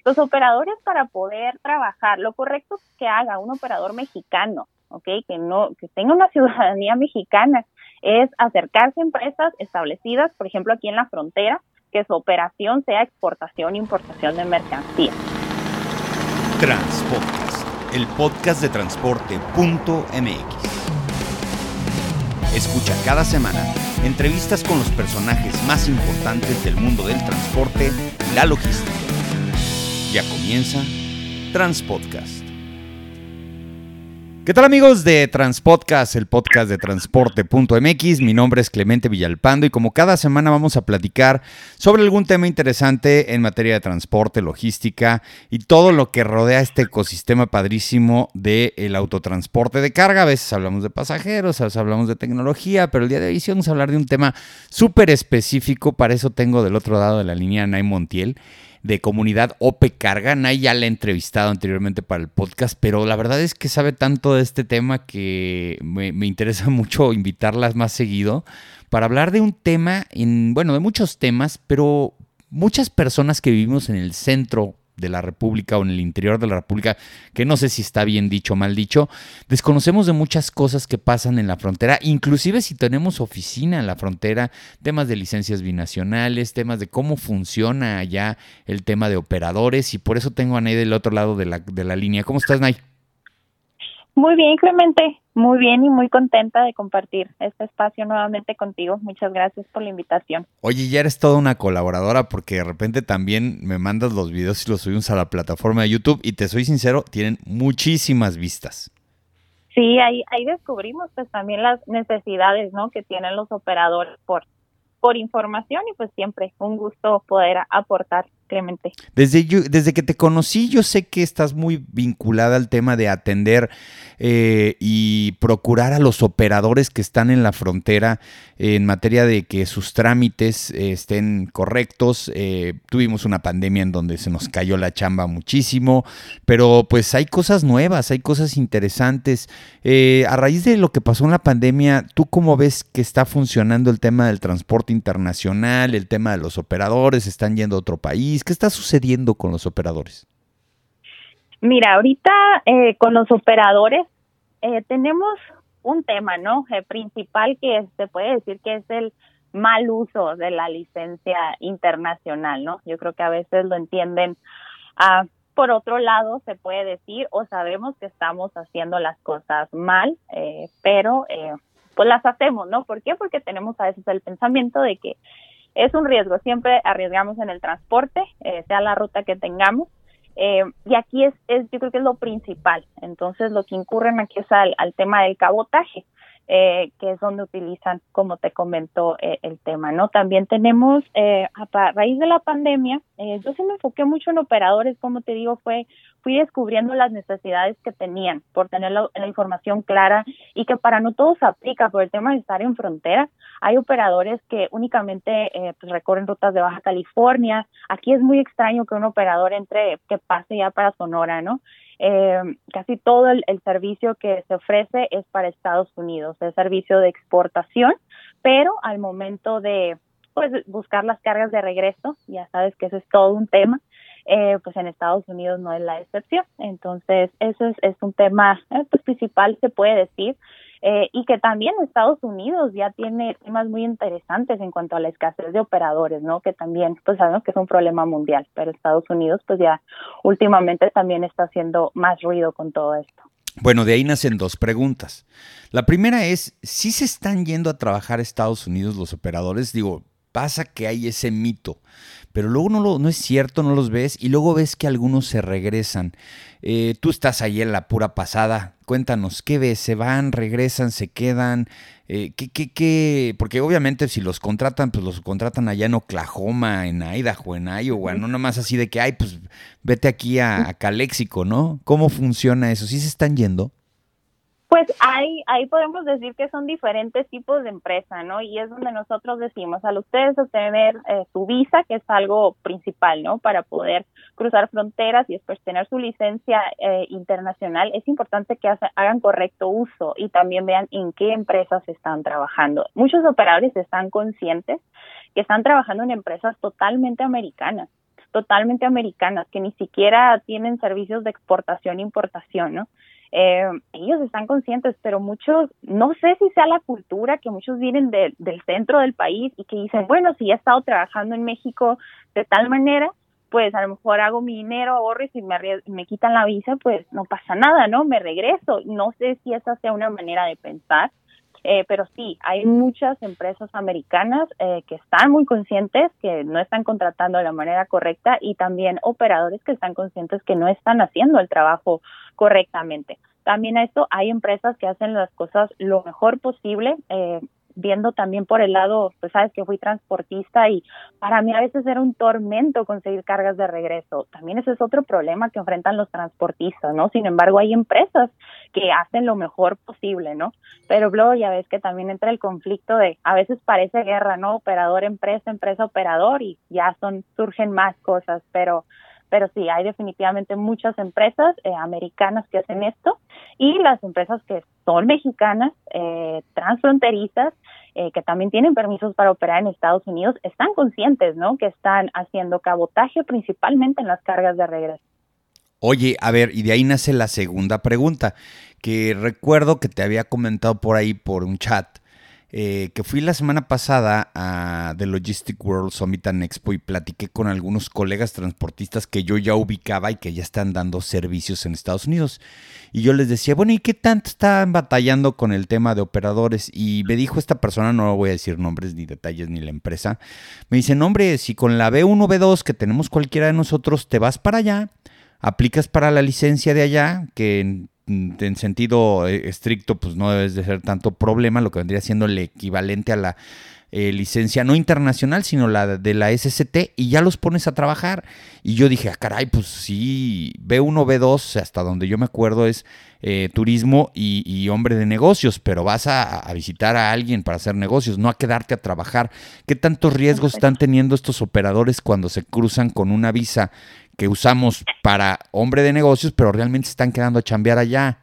Los operadores, para poder trabajar, lo correcto es que haga un operador mexicano, ¿ok? Que tenga una ciudadanía mexicana, es acercarse a empresas establecidas, por ejemplo, aquí en la frontera, que su operación sea exportación e importación de mercancías. Transpodcast, el podcast de transporte.mx. Escucha cada semana entrevistas con los personajes más importantes del mundo del transporte y la logística. Ya comienza Transpodcast. ¿Qué tal, amigos de Transpodcast, el podcast de transporte.mx? Mi nombre es Clemente Villalpando y como cada semana vamos a platicar sobre algún tema interesante en materia de transporte, logística y todo lo que rodea este ecosistema padrísimo del autotransporte de carga. A veces hablamos de pasajeros, a veces hablamos de tecnología, pero el día de hoy sí vamos a hablar de un tema súper específico. Para eso tengo del otro lado de la línea a Nay Montiel, de comunidad OP Carga. Nay ya la he entrevistado anteriormente para el podcast, pero la verdad es que sabe tanto de este tema que me interesa mucho invitarlas más seguido para hablar de un tema, de muchos temas, pero muchas personas que vivimos en el centro de la República o en el interior de la República, que no sé si está bien dicho o mal dicho, desconocemos de muchas cosas que pasan en la frontera, inclusive si tenemos oficina en la frontera, temas de licencias binacionales, temas de cómo funciona allá el tema de operadores, y por eso tengo a Nay del otro lado de la línea. ¿Cómo estás, Nay? Muy bien, Clemente, muy bien y muy contenta de compartir este espacio nuevamente contigo. Muchas gracias por la invitación. Oye, ya eres toda una colaboradora porque de repente también me mandas los videos y los subimos a la plataforma de YouTube y te soy sincero, tienen muchísimas vistas. Sí, ahí descubrimos pues también las necesidades, ¿no?, que tienen los operadores por información y pues siempre un gusto poder aportar, Clemente. Desde que te conocí, yo sé que estás muy vinculada al tema de atender y procurar a los operadores que están en la frontera en materia de que sus trámites estén correctos. Tuvimos una pandemia en donde se nos cayó la chamba muchísimo, pero pues hay cosas nuevas, hay cosas interesantes. A raíz de lo que pasó en la pandemia, ¿tú cómo ves que está funcionando el tema del transporte internacional, el tema de los operadores? ¿Están yendo a otro país? ¿Qué está sucediendo con los operadores? Mira, ahorita con los operadores tenemos un tema, ¿no?, principal, que se puede decir que es el mal uso de la licencia internacional, ¿no? Yo creo que a veces lo entienden por otro lado, se puede decir, o sabemos que estamos haciendo las cosas mal, pero pues las hacemos, ¿no? ¿Por qué? Porque tenemos a veces el pensamiento de que es un riesgo. Siempre arriesgamos en el transporte, sea la ruta que tengamos, y aquí es yo creo que es lo principal. Entonces, lo que incurren aquí es al tema del cabotaje, que es donde utilizan, como te comento, el tema, ¿no? También tenemos, a raíz de la pandemia, yo sí me enfoqué mucho en operadores, como te digo, fui descubriendo las necesidades que tenían por tener la información clara, y que para no todos aplica por el tema de estar en frontera. Hay operadores que únicamente pues recorren rutas de Baja California. Aquí es muy extraño que un operador que pase ya para Sonora, ¿no? Casi todo el servicio que se ofrece es para Estados Unidos, es servicio de exportación, pero al momento de pues buscar las cargas de regreso, ya sabes que eso es todo un tema, pues en Estados Unidos no es la excepción. Entonces eso es un tema pues principal, se puede decir, y que también Estados Unidos ya tiene temas muy interesantes en cuanto a la escasez de operadores, ¿no? Que también pues sabemos que es un problema mundial, pero Estados Unidos pues ya últimamente también está haciendo más ruido con todo esto. Bueno, de ahí nacen dos preguntas. La primera es, ¿sí se están yendo a trabajar a Estados Unidos los operadores? Digo, pasa que hay ese mito, pero luego no es cierto, no los ves, y luego ves que algunos se regresan. Tú estás ahí en la pura pasada. Cuéntanos, ¿qué ves? ¿Se van, regresan, se quedan? ¿Qué? Porque obviamente si los contratan, pues los contratan allá en Oklahoma, en Idaho, en Iowa, no nada más así de que, pues vete aquí a Calexico, ¿no? ¿Cómo funciona eso? ¿Sí se están yendo? Pues ahí podemos decir que son diferentes tipos de empresa, ¿no? Y es donde nosotros decimos, al ustedes obtener su visa, que es algo principal, ¿no?, para poder cruzar fronteras y después tener su licencia internacional, es importante que hagan correcto uso y también vean en qué empresas están trabajando. Muchos operadores están conscientes que están trabajando en empresas totalmente americanas, totalmente americanas, que ni siquiera tienen servicios de exportación e importación, ¿no? Ellos están conscientes, pero muchos, no sé si sea la cultura, que muchos vienen del centro del país y que dicen, bueno, si he estado trabajando en México de tal manera, pues a lo mejor hago mi dinero, ahorro, y si me quitan la visa, pues no pasa nada, ¿no? Me regreso. No sé si esa sea una manera de pensar, pero sí, hay muchas empresas americanas que están muy conscientes que no están contratando de la manera correcta, y también operadores que están conscientes que no están haciendo el trabajo correctamente. También a esto hay empresas que hacen las cosas lo mejor posible, viendo también por el lado, pues sabes que fui transportista y para mí a veces era un tormento conseguir cargas de regreso. También ese es otro problema que enfrentan los transportistas, ¿no? Sin embargo, hay empresas que hacen lo mejor posible, ¿no? Pero luego ya ves que también entra el conflicto de, a veces parece guerra, ¿no? Operador, empresa, empresa, operador, y ya surgen más cosas, pero sí, hay definitivamente muchas empresas americanas que hacen esto, y las empresas que son mexicanas, transfronterizas, que también tienen permisos para operar en Estados Unidos, están conscientes, ¿no? Que están haciendo cabotaje principalmente en las cargas de regreso. Oye, a ver, y de ahí nace la segunda pregunta, que recuerdo que te había comentado por ahí por un chat, que fui la semana pasada a The Logistic World Summit and Expo y platiqué con algunos colegas transportistas que yo ya ubicaba y que ya están dando servicios en Estados Unidos. Y yo les decía, bueno, ¿y qué tanto están batallando con el tema de operadores? Y me dijo esta persona, no voy a decir nombres ni detalles ni la empresa, me dicen, hombre, si con la B1, B2 que tenemos cualquiera de nosotros, te vas para allá, aplicas para la licencia de allá, que en sentido estricto pues no debes de ser tanto problema, lo que vendría siendo el equivalente a la licencia no internacional, sino la de la SST, y ya los pones a trabajar. Y yo dije, caray, pues sí, B1, B2, hasta donde yo me acuerdo es turismo y hombre de negocios, pero vas a visitar a alguien para hacer negocios, no a quedarte a trabajar. ¿Qué tantos riesgos están teniendo estos operadores cuando se cruzan con una visa que usamos para hombre de negocios, pero realmente se están quedando a chambear allá?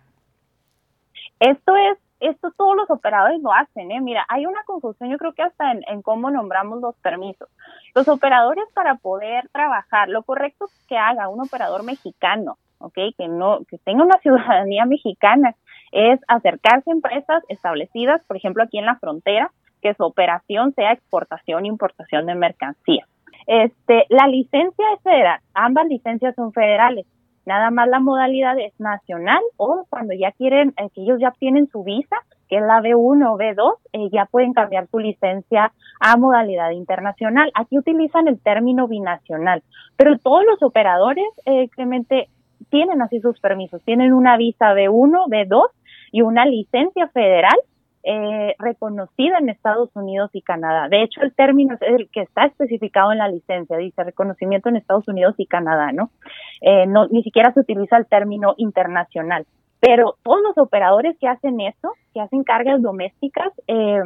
Esto todos los operadores lo hacen, ¿eh? Mira, hay una confusión, yo creo que hasta en cómo nombramos los permisos. Los operadores, para poder trabajar, lo correcto es que haga un operador mexicano, ¿ok? Que tenga una ciudadanía mexicana, es acercarse a empresas establecidas, por ejemplo, aquí en la frontera, que su operación sea exportación e importación de mercancías. La licencia es federal, ambas licencias son federales. Nada más la modalidad es nacional, o cuando ya quieren, que ellos ya tienen su visa, que es la B1 o B2, ya pueden cambiar su licencia a modalidad internacional. Aquí utilizan el término binacional, pero todos los operadores, Clemente, tienen así sus permisos, tienen una visa B1, B2 y una licencia federal reconocida en Estados Unidos y Canadá. De hecho, el término es el que está especificado en la licencia, dice reconocimiento en Estados Unidos y Canadá, ¿no? Ni siquiera se utiliza el término internacional. Pero todos los operadores que hacen eso, que hacen cargas domésticas,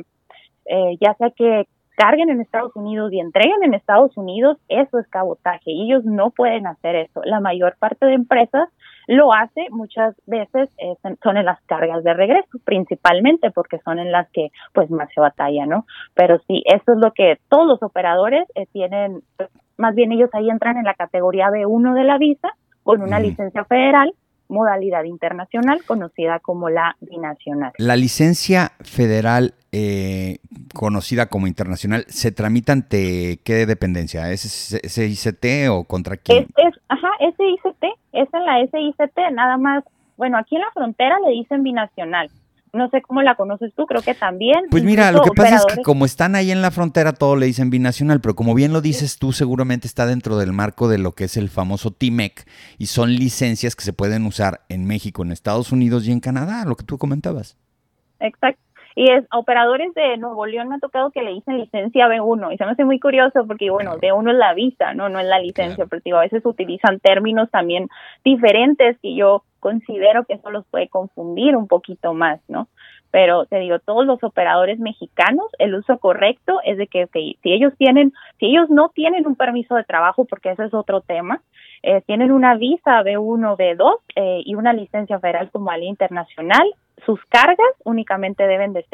ya sea que carguen en Estados Unidos y entreguen en Estados Unidos, eso es cabotaje, y ellos no pueden hacer eso. La mayor parte de empresas lo hace, muchas veces son en las cargas de regreso, principalmente porque son en las que pues más se batalla, ¿no? Pero sí, eso es lo que todos los operadores tienen, pues, más bien ellos ahí entran en la categoría B1 de la visa, con una licencia federal, modalidad internacional, conocida como la binacional. La licencia federal, conocida como internacional, ¿se tramita ante qué dependencia? ¿Es SICT o contra quién? SICT, es en la SICT, nada más. Bueno, aquí en la frontera le dicen binacional. No sé cómo la conoces tú, creo que también. Pues mira, lo que pasa es que como están ahí en la frontera, todo le dicen binacional, pero como bien lo dices tú, seguramente está dentro del marco de lo que es el famoso TIMEC, y son licencias que se pueden usar en México, en Estados Unidos y en Canadá, lo que tú comentabas. Exacto. Y operadores de Nuevo León me ha tocado que le dicen licencia B1, y se me hace muy curioso porque, bueno, B1 es la visa, no es la licencia, pero digo, a veces utilizan términos también diferentes que yo considero que eso los puede confundir un poquito más, ¿no? Pero te digo, todos los operadores mexicanos, el uso correcto es de que si ellos no tienen un permiso de trabajo, porque ese es otro tema, tienen una visa B1, B2 y una licencia federal como área internacional, sus cargas únicamente deben de ser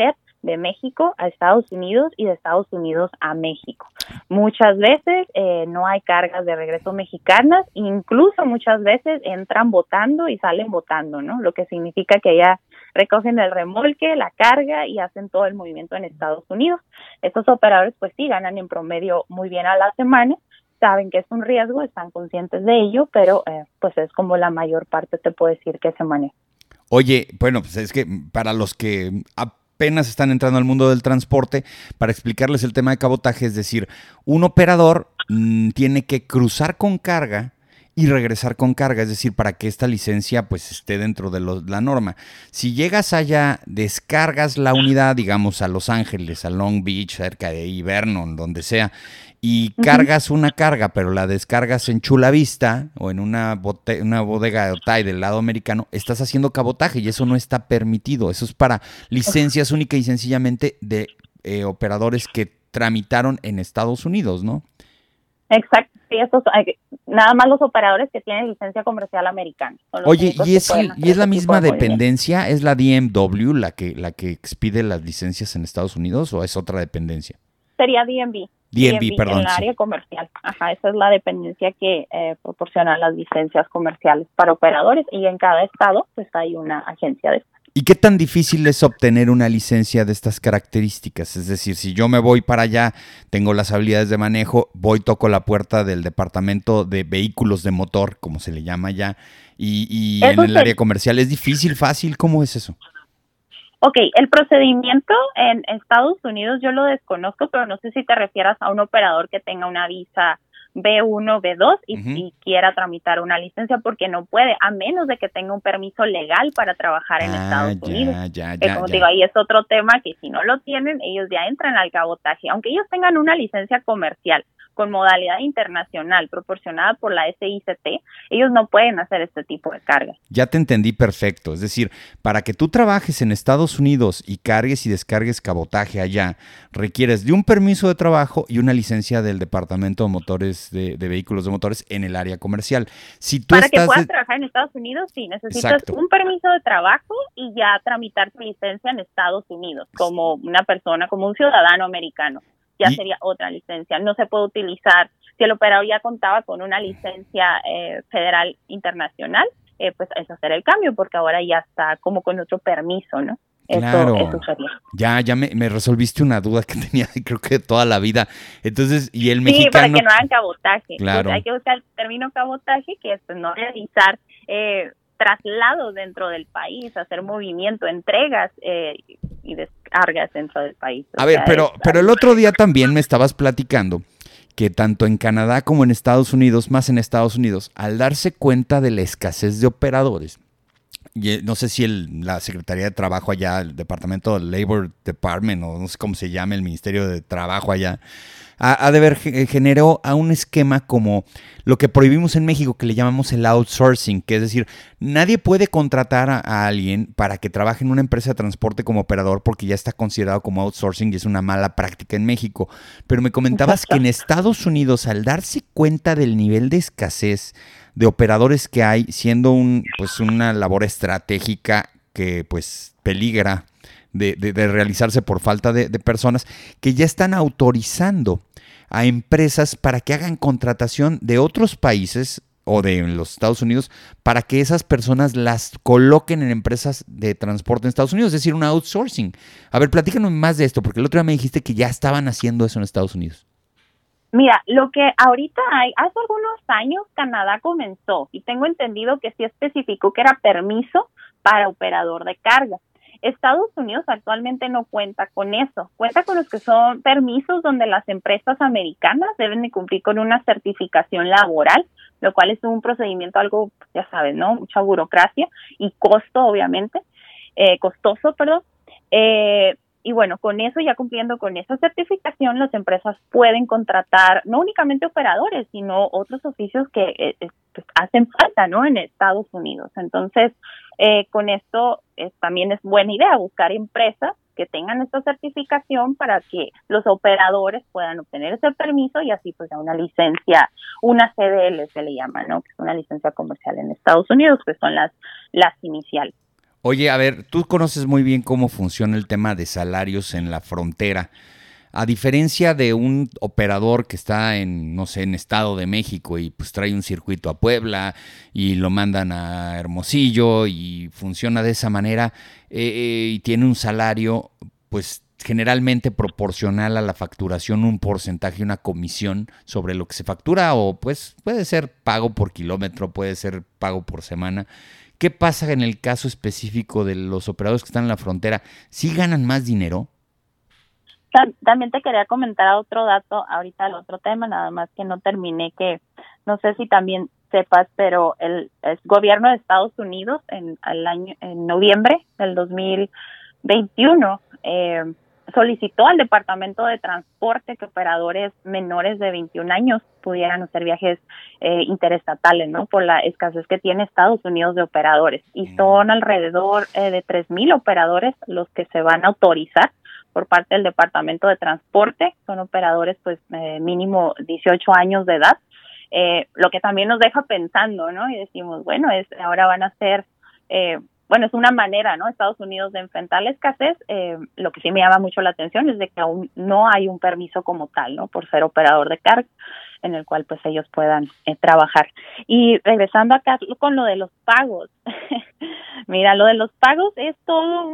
de México a Estados Unidos y de Estados Unidos a México. Muchas veces no hay cargas de regreso mexicanas, incluso muchas veces entran botando y salen botando, ¿no? Lo que significa que ya recogen el remolque, la carga y hacen todo el movimiento en Estados Unidos. Estos operadores pues sí ganan en promedio muy bien a la semana, saben que es un riesgo, están conscientes de ello, pero pues es como la mayor parte te puedo decir que se maneja. Oye, bueno, pues es que para los que apenas están entrando al mundo del transporte, para explicarles el tema de cabotaje, es decir, un operador tiene que cruzar con carga y regresar con carga, es decir, para que esta licencia pues esté dentro de la norma. Si llegas allá, descargas la unidad, digamos, a Los Ángeles, a Long Beach, cerca de ahí, Vernon, donde sea, y cargas una carga, pero la descargas en Chula Vista o en una bodega de Otay del lado americano, estás haciendo cabotaje y eso no está permitido. Eso es para licencias única y sencillamente de operadores que tramitaron en Estados Unidos, ¿no? Exacto, sí, nada más los operadores que tienen licencia comercial americana. Oye, ¿y es la misma dependencia? ¿Es la DMW la que expide las licencias en Estados Unidos o es otra dependencia? Sería DMV. DMV, perdón. En el área comercial. Ajá, esa es la dependencia que proporciona las licencias comerciales para operadores y en cada estado pues hay una agencia de... ¿Y qué tan difícil es obtener una licencia de estas características? Es decir, si yo me voy para allá, tengo las habilidades de manejo, toco la puerta del departamento de vehículos de motor, como se le llama allá, y en el área comercial, ¿es difícil, fácil? ¿Cómo es eso? Ok, el procedimiento en Estados Unidos yo lo desconozco, pero no sé si te refieras a un operador que tenga una visa B1, B2 y quiera tramitar una licencia porque no puede, a menos de que tenga un permiso legal para trabajar en Estados Unidos. Como te digo, ahí es otro tema que si no lo tienen, ellos ya entran al cabotaje. Aunque ellos tengan una licencia comercial con modalidad internacional proporcionada por la SICT, ellos no pueden hacer este tipo de cargas. Ya te entendí perfecto. Es decir, para que tú trabajes en Estados Unidos y cargues y descargues cabotaje allá, requieres de un permiso de trabajo y una licencia del Departamento de Motores de Vehículos de Motores en el área comercial. Si tú para que puedas trabajar en Estados Unidos, sí, necesitas un permiso de trabajo y ya tramitar tu licencia en Estados Unidos como una persona, como un ciudadano americano. Ya sería otra licencia. No se puede utilizar, si el operador ya contaba con una licencia federal internacional, pues es hacer el cambio, porque ahora ya está como con otro permiso, ¿no? Claro. Eso sería. Ya me resolviste una duda que tenía, creo que toda la vida. Entonces, y el mexicano... Sí, para que no hagan cabotaje. Claro. Pues hay que buscar el término cabotaje, que es pues, no realizar traslados dentro del país, hacer movimiento, entregas y descargas dentro del país. A ver, pero el otro día también me estabas platicando que tanto en Canadá como en Estados Unidos, más en Estados Unidos, al darse cuenta de la escasez de operadores, y no sé si la Secretaría de Trabajo allá, el Departamento del Labor Department, o no sé cómo se llama, el Ministerio de Trabajo allá, generó a un esquema como lo que prohibimos en México, que le llamamos el outsourcing, que es decir, nadie puede contratar a alguien para que trabaje en una empresa de transporte como operador porque ya está considerado como outsourcing y es una mala práctica en México. Pero me comentabas que en Estados Unidos, al darse cuenta del nivel de escasez de operadores que hay, siendo una labor estratégica que pues peligra de realizarse por falta de personas, que ya están autorizando a empresas para que hagan contratación de otros países o de los Estados Unidos para que esas personas las coloquen en empresas de transporte en Estados Unidos, es decir, un outsourcing. A ver, platícanos más de esto, porque el otro día me dijiste que ya estaban haciendo eso en Estados Unidos. Mira, lo que ahorita hay, hace algunos años Canadá comenzó y tengo entendido que sí especificó que era permiso para operador de carga. Estados Unidos actualmente no cuenta con eso, cuenta con los que son permisos donde las empresas americanas deben de cumplir con una certificación laboral, lo cual es un procedimiento algo, ya sabes, ¿no? Mucha burocracia y costoso, perdón. Y bueno, con eso, ya cumpliendo con esa certificación, las empresas pueden contratar no únicamente operadores, sino otros oficios que pues hacen falta, ¿no? En Estados Unidos. Entonces, con esto también es buena idea buscar empresas que tengan esta certificación para que los operadores puedan obtener ese permiso y así pues ya una licencia, una CDL se le llama, ¿no? Que es una licencia comercial en Estados Unidos, que son las iniciales. Oye, a ver, tú conoces muy bien cómo funciona el tema de salarios en la frontera. A diferencia de un operador que está en, no sé, en Estado de México y pues trae un circuito a Puebla y lo mandan a Hermosillo y funciona de esa manera y tiene un salario pues generalmente proporcional a la facturación, un porcentaje, una comisión sobre lo que se factura o pues puede ser pago por kilómetro, puede ser pago por semana. ¿Qué pasa en el caso específico de los operadores que están en la frontera? ¿Sí ganan más dinero? También te quería comentar otro dato, ahorita el otro tema, nada más que no terminé, que no sé si también sepas, pero el gobierno de Estados Unidos en noviembre del 2021 solicitó al Departamento de Transporte que operadores menores de 21 años pudieran hacer viajes interestatales, ¿no? Por la escasez que tiene Estados Unidos de operadores. Y son alrededor de 3,000 operadores los que se van a autorizar por parte del Departamento de Transporte. Son operadores pues mínimo 18 años de edad, lo que también nos deja pensando, ¿no? Y decimos, bueno, ahora van a ser, bueno, es una manera, ¿no? Estados Unidos de enfrentar la escasez. Lo que sí me llama mucho la atención es de que aún no hay un permiso como tal, ¿no? Por ser operador de carga, en el cual pues ellos puedan trabajar. Y regresando acá con lo de los pagos, mira, lo de los pagos es todo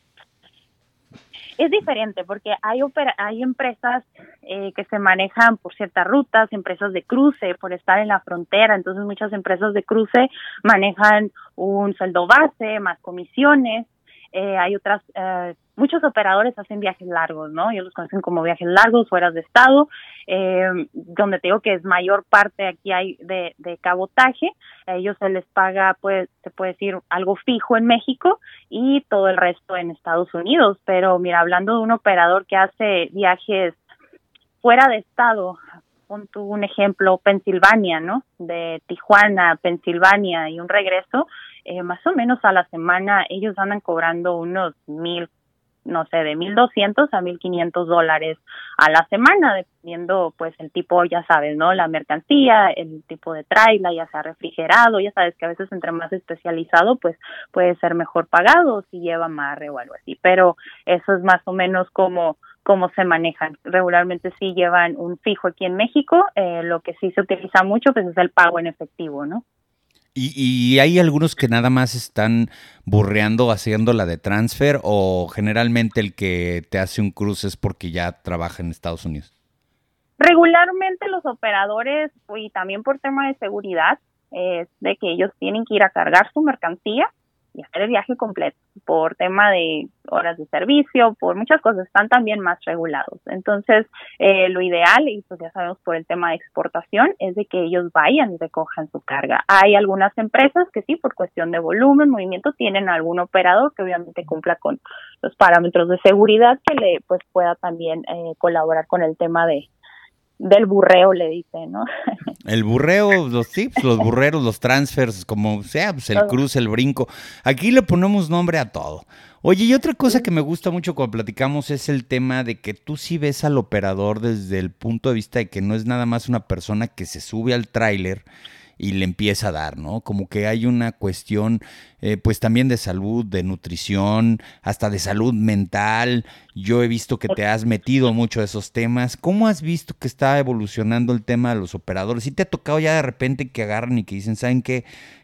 es diferente porque hay empresas que se manejan por ciertas rutas, empresas de cruce por estar en la frontera. Entonces muchas empresas de cruce manejan un sueldo base, más comisiones. Hay otras, muchos operadores hacen viajes largos, ¿no? Ellos los conocen como viajes largos, fuera de estado, donde te digo que es mayor parte aquí hay de cabotaje. A ellos se les paga, pues, se puede decir, algo fijo en México y todo el resto en Estados Unidos. Pero mira, hablando de un operador que hace viajes fuera de estado, pon tú un ejemplo, Pensilvania, ¿no? De Tijuana a Pensilvania y un regreso, más o menos a la semana ellos andan cobrando unos 1,000, no sé, de 1,200 a $1,500 a la semana, dependiendo pues el tipo, ya sabes, ¿no? La mercancía, el tipo de trailer, ya sea refrigerado, ya sabes que a veces entre más especializado pues puede ser mejor pagado si lleva amarre o algo así, pero eso es más o menos como cómo se manejan. Regularmente sí llevan un fijo aquí en México, lo que sí se utiliza mucho pues es el pago en efectivo, ¿no? Y hay algunos que nada más están burreando, haciendo la de transfer, o generalmente el que te hace un cruce es porque ya trabaja en Estados Unidos. Regularmente los operadores, y también por tema de seguridad, es de que ellos tienen que ir a cargar su mercancía y hacer el viaje completo, por tema de horas de servicio, por muchas cosas, están también más regulados. Entonces, lo ideal, y pues ya sabemos por el tema de exportación, es de que ellos vayan y recojan su carga. Hay algunas empresas que sí, por cuestión de volumen, movimiento, tienen algún operador que obviamente cumpla con los parámetros de seguridad que le pues pueda también colaborar con el tema del burreo, le dicen, ¿no? El burreo, los tips, los burreros, los transfers, como sea, pues el cruce, el brinco. Aquí le ponemos nombre a todo. Oye, y otra cosa que me gusta mucho cuando platicamos es el tema de que tú sí ves al operador desde el punto de vista de que no es nada más una persona que se sube al tráiler y le empieza a dar, ¿no? Como que hay una cuestión, pues también de salud, de nutrición, hasta de salud mental. Yo he visto que te has metido mucho a esos temas. ¿Cómo has visto que está evolucionando el tema de los operadores? ¿Sí te ha tocado ya de repente que agarran y que dicen, ¿saben qué?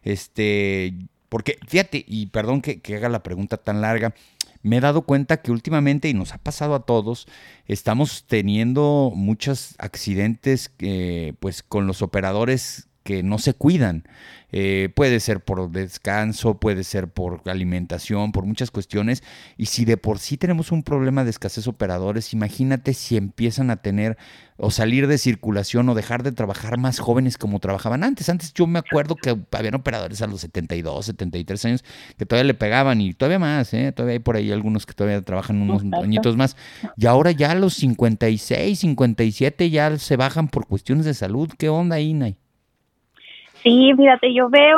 Porque fíjate, y perdón que haga la pregunta tan larga, me he dado cuenta que últimamente, y nos ha pasado a todos, estamos teniendo muchos accidentes pues con los operadores que no se cuidan. Puede ser por descanso, puede ser por alimentación, por muchas cuestiones. Y si de por sí tenemos un problema de escasez de operadores, imagínate si empiezan a tener o salir de circulación o dejar de trabajar más jóvenes como trabajaban antes. Antes yo me acuerdo que habían operadores a los 72, 73 años que todavía le pegaban y todavía más, todavía hay por ahí algunos que todavía trabajan unos añitos más. Y ahora ya a los 56, 57 ya se bajan por cuestiones de salud. ¿Qué onda ahí, Nay? Sí, fíjate,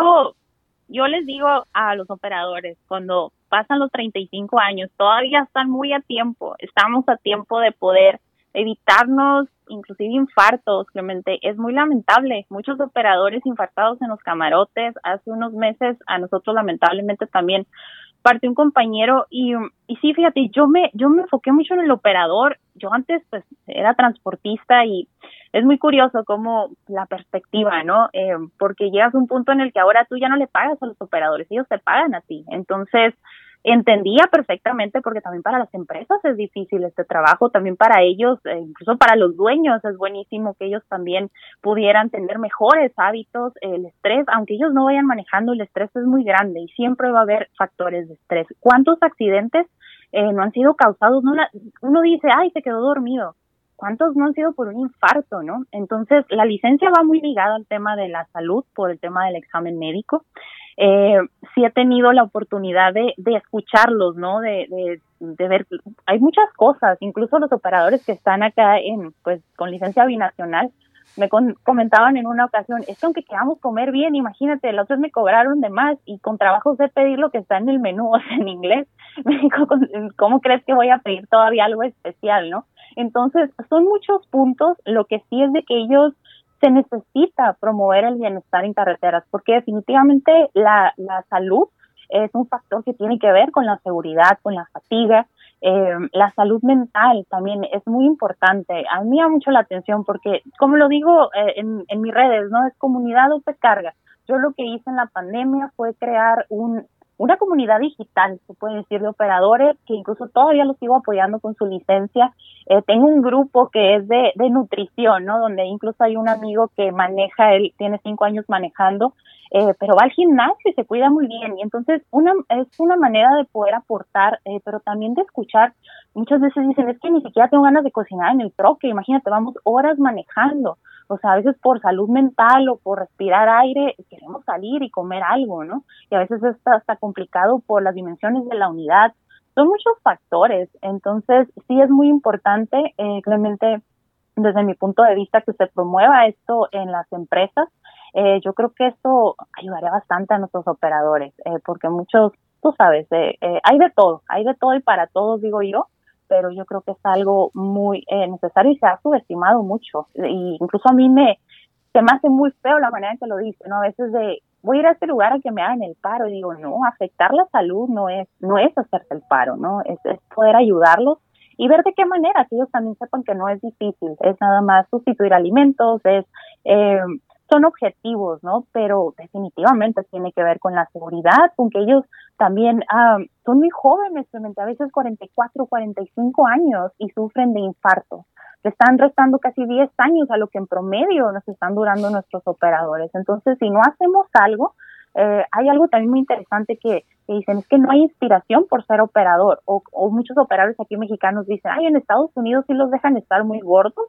yo les digo a los operadores, cuando pasan los 35 años, todavía están muy a tiempo, estamos a tiempo de poder evitarnos inclusive infartos, Clemente. Es muy lamentable, muchos operadores infartados en los camarotes. Hace unos meses a nosotros lamentablemente también parte un compañero y sí, fíjate, yo me enfoqué mucho en el operador. Yo antes pues era transportista y es muy curioso como la perspectiva, ¿no? Porque llegas a un punto en el que ahora tú ya no le pagas a los operadores, ellos te pagan a ti. Entonces, entendía perfectamente porque también para las empresas es difícil este trabajo, también para ellos, incluso para los dueños es buenísimo que ellos también pudieran tener mejores hábitos. El estrés, aunque ellos no vayan manejando, el estrés es muy grande y siempre va a haber factores de estrés. ¿Cuántos accidentes no han sido causados? Uno dice, ay, se quedó dormido. ¿Cuántos no han sido por un infarto, no? Entonces, la licencia va muy ligada al tema de la salud por el tema del examen médico. Sí he tenido la oportunidad de escucharlos, ¿no? De ver, hay muchas cosas, incluso los operadores que están acá con licencia binacional, me comentaban en una ocasión, es que aunque queramos comer bien, imagínate, la otra vez me cobraron de más y con trabajo sé pedir lo que está en el menú, o sea, en inglés. Me dijo, ¿cómo crees que voy a pedir todavía algo especial, no? Entonces, son muchos puntos. Lo que sí es de que ellos se necesita promover el bienestar en carreteras, porque definitivamente la salud es un factor que tiene que ver con la seguridad, con la fatiga. La salud mental también es muy importante. A mí me llama mucho la atención porque, como lo digo en mis redes, ¿no? Es comunidad o se carga. Yo lo que hice en la pandemia fue crear una comunidad digital, se puede decir, de operadores, que incluso todavía los sigo apoyando con su licencia. Tengo un grupo que es de nutrición, ¿no? Donde incluso hay un amigo que maneja, él tiene 5 años manejando, pero va al gimnasio y se cuida muy bien. Y entonces es una manera de poder aportar, pero también de escuchar. Muchas veces dicen, es que ni siquiera tengo ganas de cocinar en el troque. Imagínate, vamos horas manejando. O sea, a veces por salud mental o por respirar aire queremos salir y comer algo, ¿no? Y a veces está complicado por las dimensiones de la unidad. Son muchos factores. Entonces, sí es muy importante, Clemente, desde mi punto de vista, que se promueva esto en las empresas. Yo creo que esto ayudaría bastante a nuestros operadores, porque muchos, tú sabes, hay de todo y para todos, digo yo, pero yo creo que es algo muy necesario y se ha subestimado mucho. Y incluso a mí se me hace muy feo la manera en que lo dice, ¿no? A veces voy a ir a este lugar a que me hagan el paro, y digo, no, afectar la salud no es hacerse el paro, ¿no? Es poder ayudarlos y ver de qué manera, que ellos también sepan que no es difícil, es nada más sustituir alimentos, son objetivos, ¿no? Pero definitivamente tiene que ver con la seguridad, con que ellos también son muy jóvenes, a veces 44, 45 años y sufren de infarto. Le están restando casi 10 años a lo que en promedio nos están durando nuestros operadores. Entonces, si no hacemos algo, hay algo también muy interesante que dicen, es que no hay inspiración por ser operador, o muchos operadores aquí mexicanos dicen, ay, en Estados Unidos sí los dejan estar muy gordos,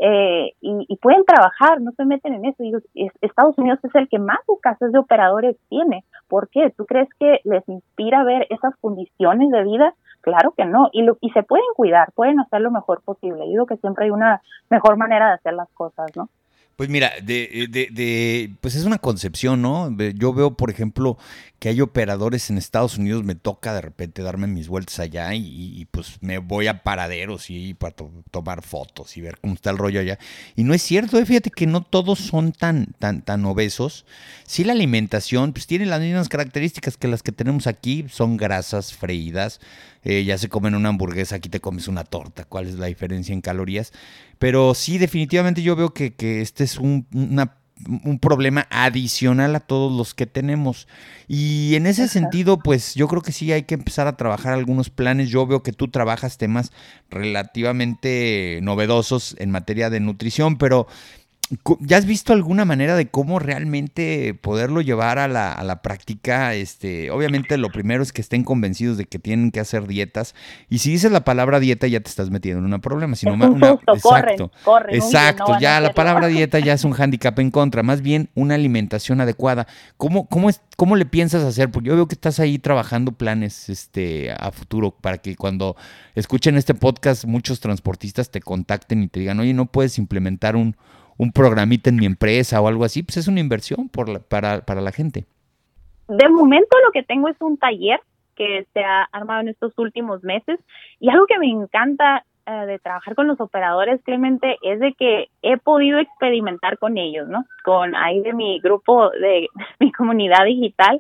y pueden trabajar, no se meten en eso. Digo, Estados Unidos es el que más escasez de operadores tiene. ¿Por qué? ¿Tú crees que les inspira ver esas condiciones de vida? Claro que no, y se pueden cuidar, pueden hacer lo mejor posible. Yo digo que siempre hay una mejor manera de hacer las cosas, ¿no? Pues mira, pues es una concepción, ¿no? Yo veo, por ejemplo, que hay operadores en Estados Unidos, me toca de repente darme mis vueltas allá y pues me voy a paraderos y para tomar fotos y ver cómo está el rollo allá. Y no es cierto, fíjate que no todos son tan obesos. Sí, la alimentación pues tiene las mismas características que las que tenemos aquí, son grasas freídas. Ya se comen una hamburguesa, aquí te comes una torta. ¿Cuál es la diferencia en calorías? Pero sí, definitivamente yo veo que este es un problema adicional a todos los que tenemos. Y en ese sentido, pues yo creo que sí hay que empezar a trabajar algunos planes. Yo veo que tú trabajas temas relativamente novedosos en materia de nutrición, pero ¿ya has visto alguna manera de cómo realmente poderlo llevar a la práctica? Obviamente lo primero es que estén convencidos de que tienen que hacer dietas, y si dices la palabra dieta ya te estás metiendo en un problema. Sino es un susto, exacto, corren, exacto, no ya la palabra dieta ya es un hándicap en contra, más bien una alimentación adecuada. ¿Cómo le piensas hacer? Porque yo veo que estás ahí trabajando planes a futuro para que cuando escuchen este podcast muchos transportistas te contacten y te digan, oye, ¿no puedes implementar un programita en mi empresa o algo así? Pues es una inversión para la gente. De momento lo que tengo es un taller que se ha armado en estos últimos meses, y algo que me encanta de trabajar con los operadores, Clemente, es de que he podido experimentar con ellos, ¿no? Con ahí de mi grupo, de mi comunidad digital,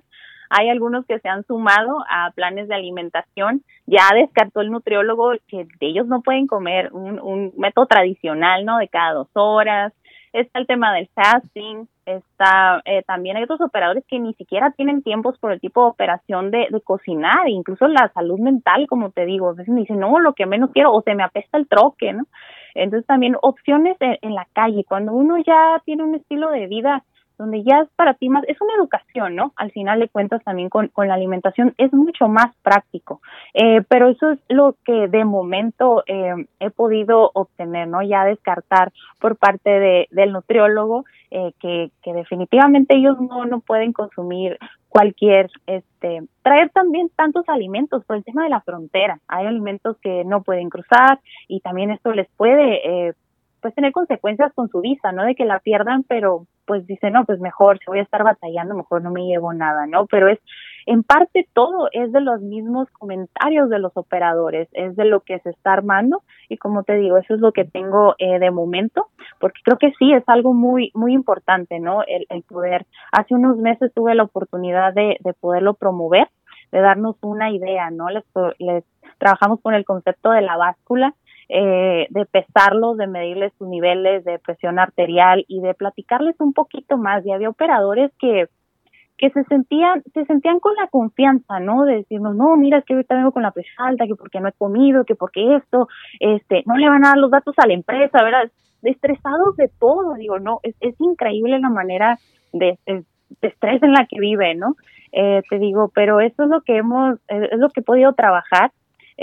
Hay algunos que se han sumado a planes de alimentación. Ya descartó el nutriólogo que ellos no pueden comer un método tradicional, ¿no? De cada 2 horas. Está el tema del fasting. Está también hay otros operadores que ni siquiera tienen tiempos por el tipo de operación de cocinar, incluso la salud mental, como te digo, a veces me dicen, no, lo que menos quiero, o se me apesta el troque, ¿no? Entonces también opciones en la calle, cuando uno ya tiene un estilo de vida donde ya es para ti más, es una educación, ¿no? Al final de cuentas también con la alimentación es mucho más práctico, pero eso es lo que de momento he podido obtener, ¿no? Ya descartar por parte del nutriólogo que definitivamente ellos no pueden consumir cualquier, traer también tantos alimentos por el tema de la frontera. Hay alimentos que no pueden cruzar y también esto les puede pues tener consecuencias con su visa, ¿no? De que la pierdan, pero pues dice, no, pues mejor, si voy a estar batallando, mejor no me llevo nada, ¿no? Pero en parte todo es de los mismos comentarios de los operadores, es de lo que se está armando y como te digo, eso es lo que tengo de momento, porque creo que sí, es algo muy muy importante, ¿no? El poder, hace unos meses tuve la oportunidad de poderlo promover, de darnos una idea, ¿no? Les trabajamos con el concepto de la báscula, de pesarlos, de medirles sus niveles de presión arterial y de platicarles un poquito más. Y había operadores que se sentían con la confianza, ¿no? De decirnos, no, mira, es que ahorita vengo con la presión alta, que porque no he comido, que porque esto, no le van a dar los datos a la empresa, ¿verdad? Estresados de todo, digo, no, es increíble la manera de estrés en la que vive, ¿no? Te digo, pero eso es lo que es lo que he podido trabajar.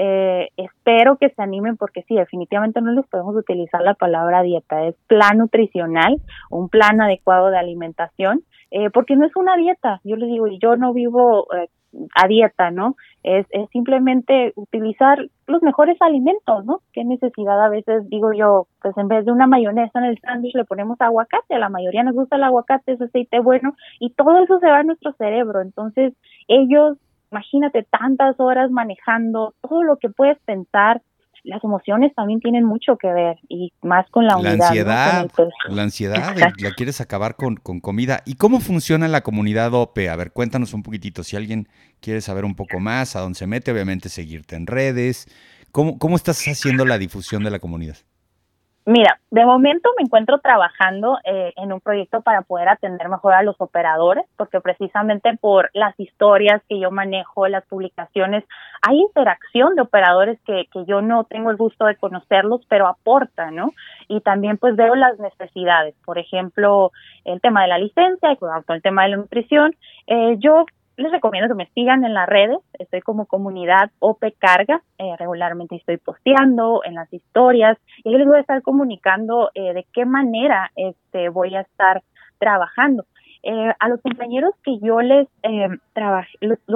Espero que se animen porque sí, definitivamente no les podemos utilizar la palabra dieta, es plan nutricional, un plan adecuado de alimentación, porque no es una dieta, yo les digo, yo no vivo a dieta, ¿no? Es simplemente utilizar los mejores alimentos, ¿no? Qué necesidad a veces, digo yo, pues en vez de una mayonesa en el sándwich le ponemos aguacate, a la mayoría nos gusta el aguacate, es aceite bueno, y todo eso se va a nuestro cerebro, entonces ellos, imagínate tantas horas manejando, todo lo que puedes pensar, las emociones también tienen mucho que ver y más con la unidad. Ansiedad, ¿no? la ansiedad, la quieres acabar con comida. ¿Y cómo funciona la comunidad OPE? A ver, cuéntanos un poquitito, si alguien quiere saber un poco más, a dónde se mete, obviamente seguirte en redes. ¿Cómo estás haciendo la difusión de la comunidad? Mira, de momento me encuentro trabajando en un proyecto para poder atender mejor a los operadores, porque precisamente por las historias que yo manejo, las publicaciones, hay interacción de operadores que yo no tengo el gusto de conocerlos, pero aportan, ¿no? Y también pues veo las necesidades, por ejemplo, el tema de la licencia, con el tema de la nutrición, yo les recomiendo que me sigan en las redes, estoy como comunidad OPE Carga, regularmente estoy posteando en las historias y yo les voy a estar comunicando de qué manera voy a estar trabajando. A los compañeros que yo les trabajé,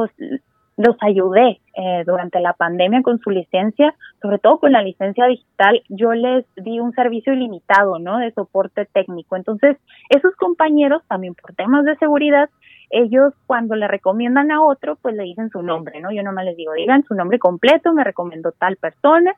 los ayudé durante la pandemia con su licencia, sobre todo con la licencia digital, yo les di un servicio ilimitado, ¿no? De soporte técnico. Entonces, esos compañeros, también por temas de seguridad, ellos cuando le recomiendan a otro, pues le dicen su nombre, ¿no? Yo nomás les digo, digan su nombre completo, me recomendó tal persona,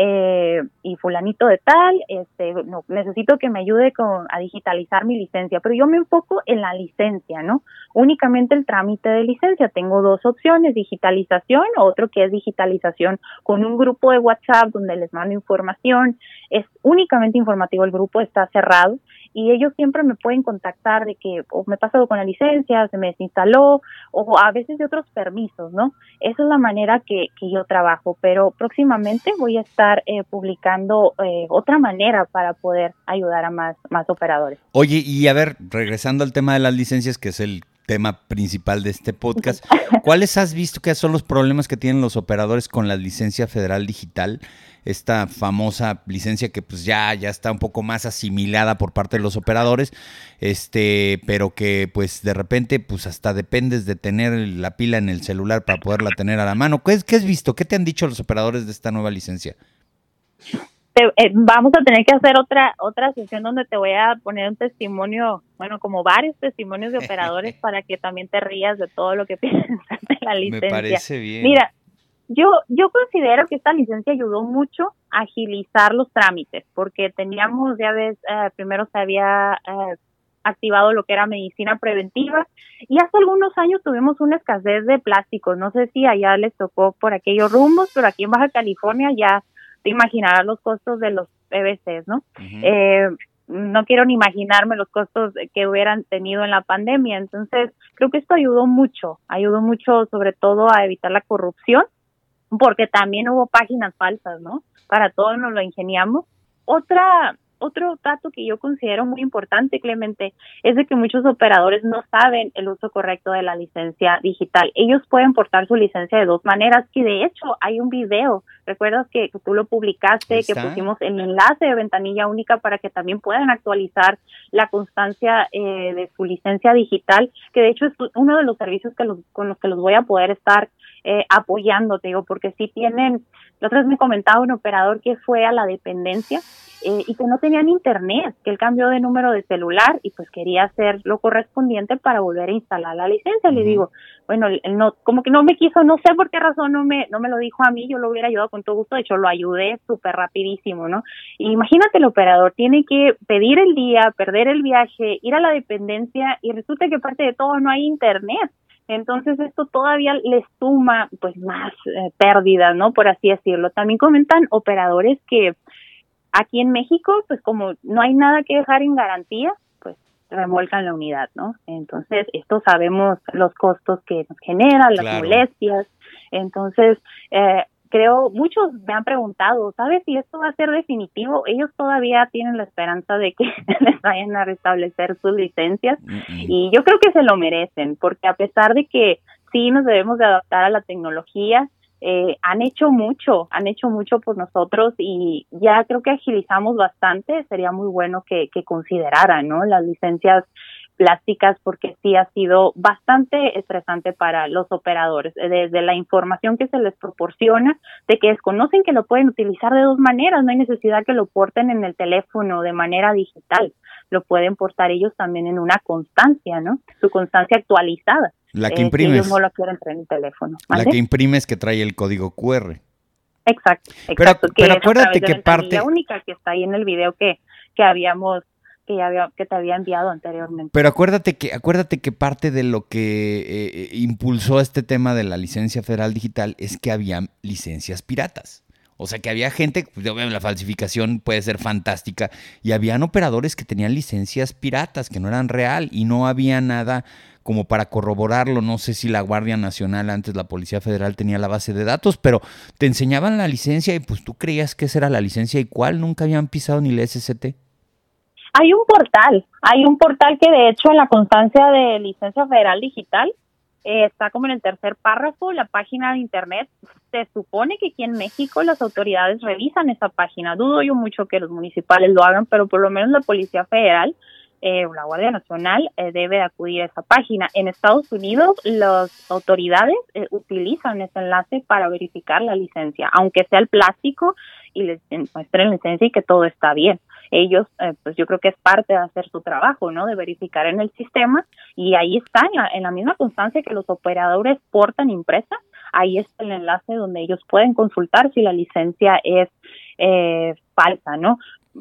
y fulanito de tal, no, necesito que me ayude a digitalizar mi licencia, pero yo me enfoco en la licencia, ¿no? Únicamente el trámite de licencia, tengo 2 opciones, digitalización, otro que es digitalización con un grupo de WhatsApp donde les mando información, es únicamente informativo, el grupo está cerrado, y ellos siempre me pueden contactar de que o me he pasado con la licencia, se me desinstaló, o a veces de otros permisos, ¿no? Esa es la manera que yo trabajo, pero próximamente voy a estar publicando otra manera para poder ayudar a más operadores. Oye, y a ver, regresando al tema de las licencias, que es el tema principal de este podcast, ¿cuáles has visto que son los problemas que tienen los operadores con la licencia federal digital? Esta famosa licencia que pues ya está un poco más asimilada por parte de los operadores, pero que pues de repente pues hasta dependes de tener la pila en el celular para poderla tener a la mano. ¿Qué has visto? ¿Qué te han dicho los operadores de esta nueva licencia? Vamos a tener que hacer otra sesión donde te voy a poner un testimonio, bueno, como varios testimonios de operadores para que también te rías de todo lo que piensas de la licencia. Me parece bien. Mira, yo considero que esta licencia ayudó mucho a agilizar los trámites, porque teníamos, ya ves, primero se había activado lo que era medicina preventiva, y hace algunos años tuvimos una escasez de plásticos. No sé si allá les tocó por aquellos rumbos, pero aquí en Baja California ya te imaginarás los costos de los PVCs, ¿no? No quiero ni imaginarme los costos que hubieran tenido en la pandemia. Entonces, creo que esto ayudó mucho sobre todo a evitar la corrupción, porque también hubo páginas falsas, ¿no? Para todos nos lo ingeniamos. Otro dato que yo considero muy importante, Clemente, es de que muchos operadores no saben el uso correcto de la licencia digital. Ellos pueden portar su licencia de dos maneras, y de hecho hay un video, recuerdas que tú lo publicaste, que pusimos el enlace de ventanilla única para que también puedan actualizar la constancia de su licencia digital, que de hecho es uno de los servicios con los que los voy a poder estar apoyando, te digo, porque sí tienen. La otra vez me comentaba un operador que fue a la dependencia y que no tenían internet, que él cambió de número de celular y pues quería hacer lo correspondiente para volver a instalar la licencia. Le digo, bueno, él no, como que no me quiso, no sé por qué razón no me lo dijo a mí, yo lo hubiera ayudado con todo gusto, de hecho lo ayudé súper rapidísimo, ¿no? Y imagínate, el operador tiene que pedir el día, perder el viaje, ir a la dependencia y resulta que aparte de todo no hay internet. Entonces esto todavía les suma pues más pérdidas, ¿no? Por así decirlo. También comentan operadores que aquí en México, pues como no hay nada que dejar en garantía, pues remolcan la unidad, ¿no? Entonces esto sabemos los costos que nos generan, las molestias. Entonces creo, muchos me han preguntado, ¿sabes si esto va a ser definitivo? Ellos todavía tienen la esperanza de que les vayan a restablecer sus licencias y yo creo que se lo merecen, porque a pesar de que sí nos debemos de adaptar a la tecnología, han hecho mucho por nosotros y ya creo que agilizamos bastante. Sería muy bueno que consideraran, ¿no?, las licencias plásticas, porque sí ha sido bastante estresante para los operadores, desde la información que se les proporciona, de que desconocen que lo pueden utilizar de dos maneras, no hay necesidad que lo porten en el teléfono de manera digital, lo pueden portar ellos también en una constancia, ¿no?, su constancia actualizada. La que imprimes. Si ellos no lo quieren traer en el teléfono. ¿Vale? La que imprimes que trae el código QR. Exacto. Pero acuérdate que parte única que está ahí en el video que te había enviado anteriormente. Pero acuérdate que parte de lo que impulsó este tema de la licencia federal digital es que había licencias piratas. O sea, que había gente, la falsificación puede ser fantástica, y habían operadores que tenían licencias piratas, que no eran real, y no había nada como para corroborarlo. No sé si la Guardia Nacional, antes la Policía Federal, tenía la base de datos, pero te enseñaban la licencia y pues tú creías que esa era la licencia y cuál, nunca habían pisado ni la SCT. Hay un portal que de hecho en la constancia de licencia federal digital está como en el tercer párrafo, la página de internet. Se supone que aquí en México las autoridades revisan esa página. Dudo yo mucho que los municipales lo hagan, pero por lo menos la Policía Federal o la Guardia Nacional debe de acudir a esa página. En Estados Unidos las autoridades utilizan ese enlace para verificar la licencia, aunque sea el plástico, y les muestren la licencia y que todo está bien. Ellos, pues yo creo que es parte de hacer su trabajo, ¿no?, de verificar en el sistema, y ahí está, en la misma constancia que los operadores portan impresa, ahí está el enlace donde ellos pueden consultar si la licencia es falsa, ¿no?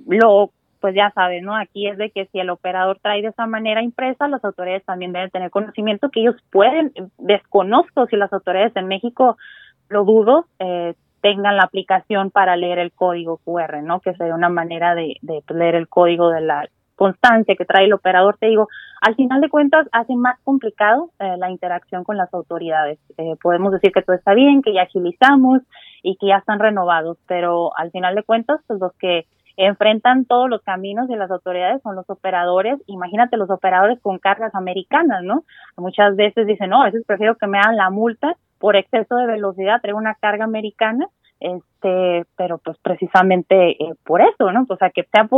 Pues ya saben, ¿no?, aquí es de que si el operador trae de esa manera impresa, las autoridades también deben tener conocimiento que ellos pueden, desconozco si las autoridades en México, lo dudo, tengan la aplicación para leer el código QR, ¿no?, que sería una manera de leer el código de la constancia que trae el operador. Te digo, al final de cuentas hace más complicado la interacción con las autoridades. Podemos decir que todo está bien, que ya agilizamos y que ya están renovados, pero al final de cuentas, pues los que enfrentan todos los caminos de las autoridades son los operadores. Imagínate los operadores con cargas americanas, ¿no? Muchas veces dicen, no, a veces prefiero que me hagan la multa por exceso de velocidad, traigo una carga americana, pero pues precisamente por eso, ¿no? O sea, que sea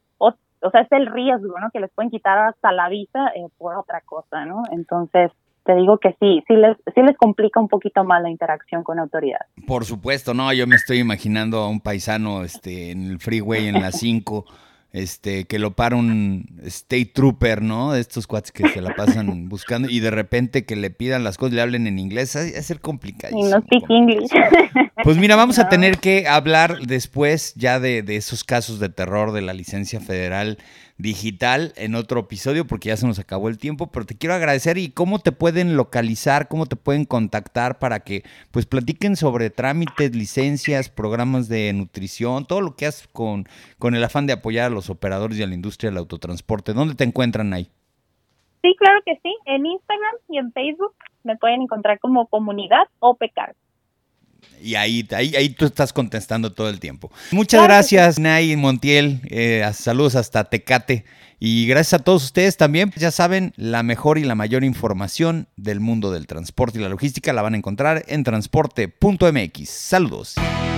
es el riesgo, ¿no?, que les pueden quitar hasta la visa por otra cosa, ¿no? Entonces, te digo que sí les complica un poquito más la interacción con autoridades. Por supuesto, no, yo me estoy imaginando a un paisano en el freeway en la 5, que lo para un state trooper, ¿no?, de estos cuates que se la pasan buscando, y de repente que le pidan las cosas y le hablen en inglés, va a ser complicadísimo. Y no speak English. Pues mira, vamos a tener que hablar después ya de esos casos de terror de la licencia federal digital en otro episodio porque ya se nos acabó el tiempo, pero te quiero agradecer. ¿Y cómo te pueden localizar, cómo te pueden contactar para que pues platiquen sobre trámites, licencias, programas de nutrición, todo lo que haces con el afán de apoyar a los operadores y a la industria del autotransporte? ¿Dónde te encuentran ahí? Sí, claro que sí. En Instagram y en Facebook me pueden encontrar como Comunidad OPCAR. Y ahí tú estás contestando todo el tiempo. Muchas gracias, Nay Montiel. Saludos hasta Tecate. Y gracias a todos ustedes también. Ya saben, la mejor y la mayor información del mundo del transporte y la logística la van a encontrar en transporte.mx. Saludos.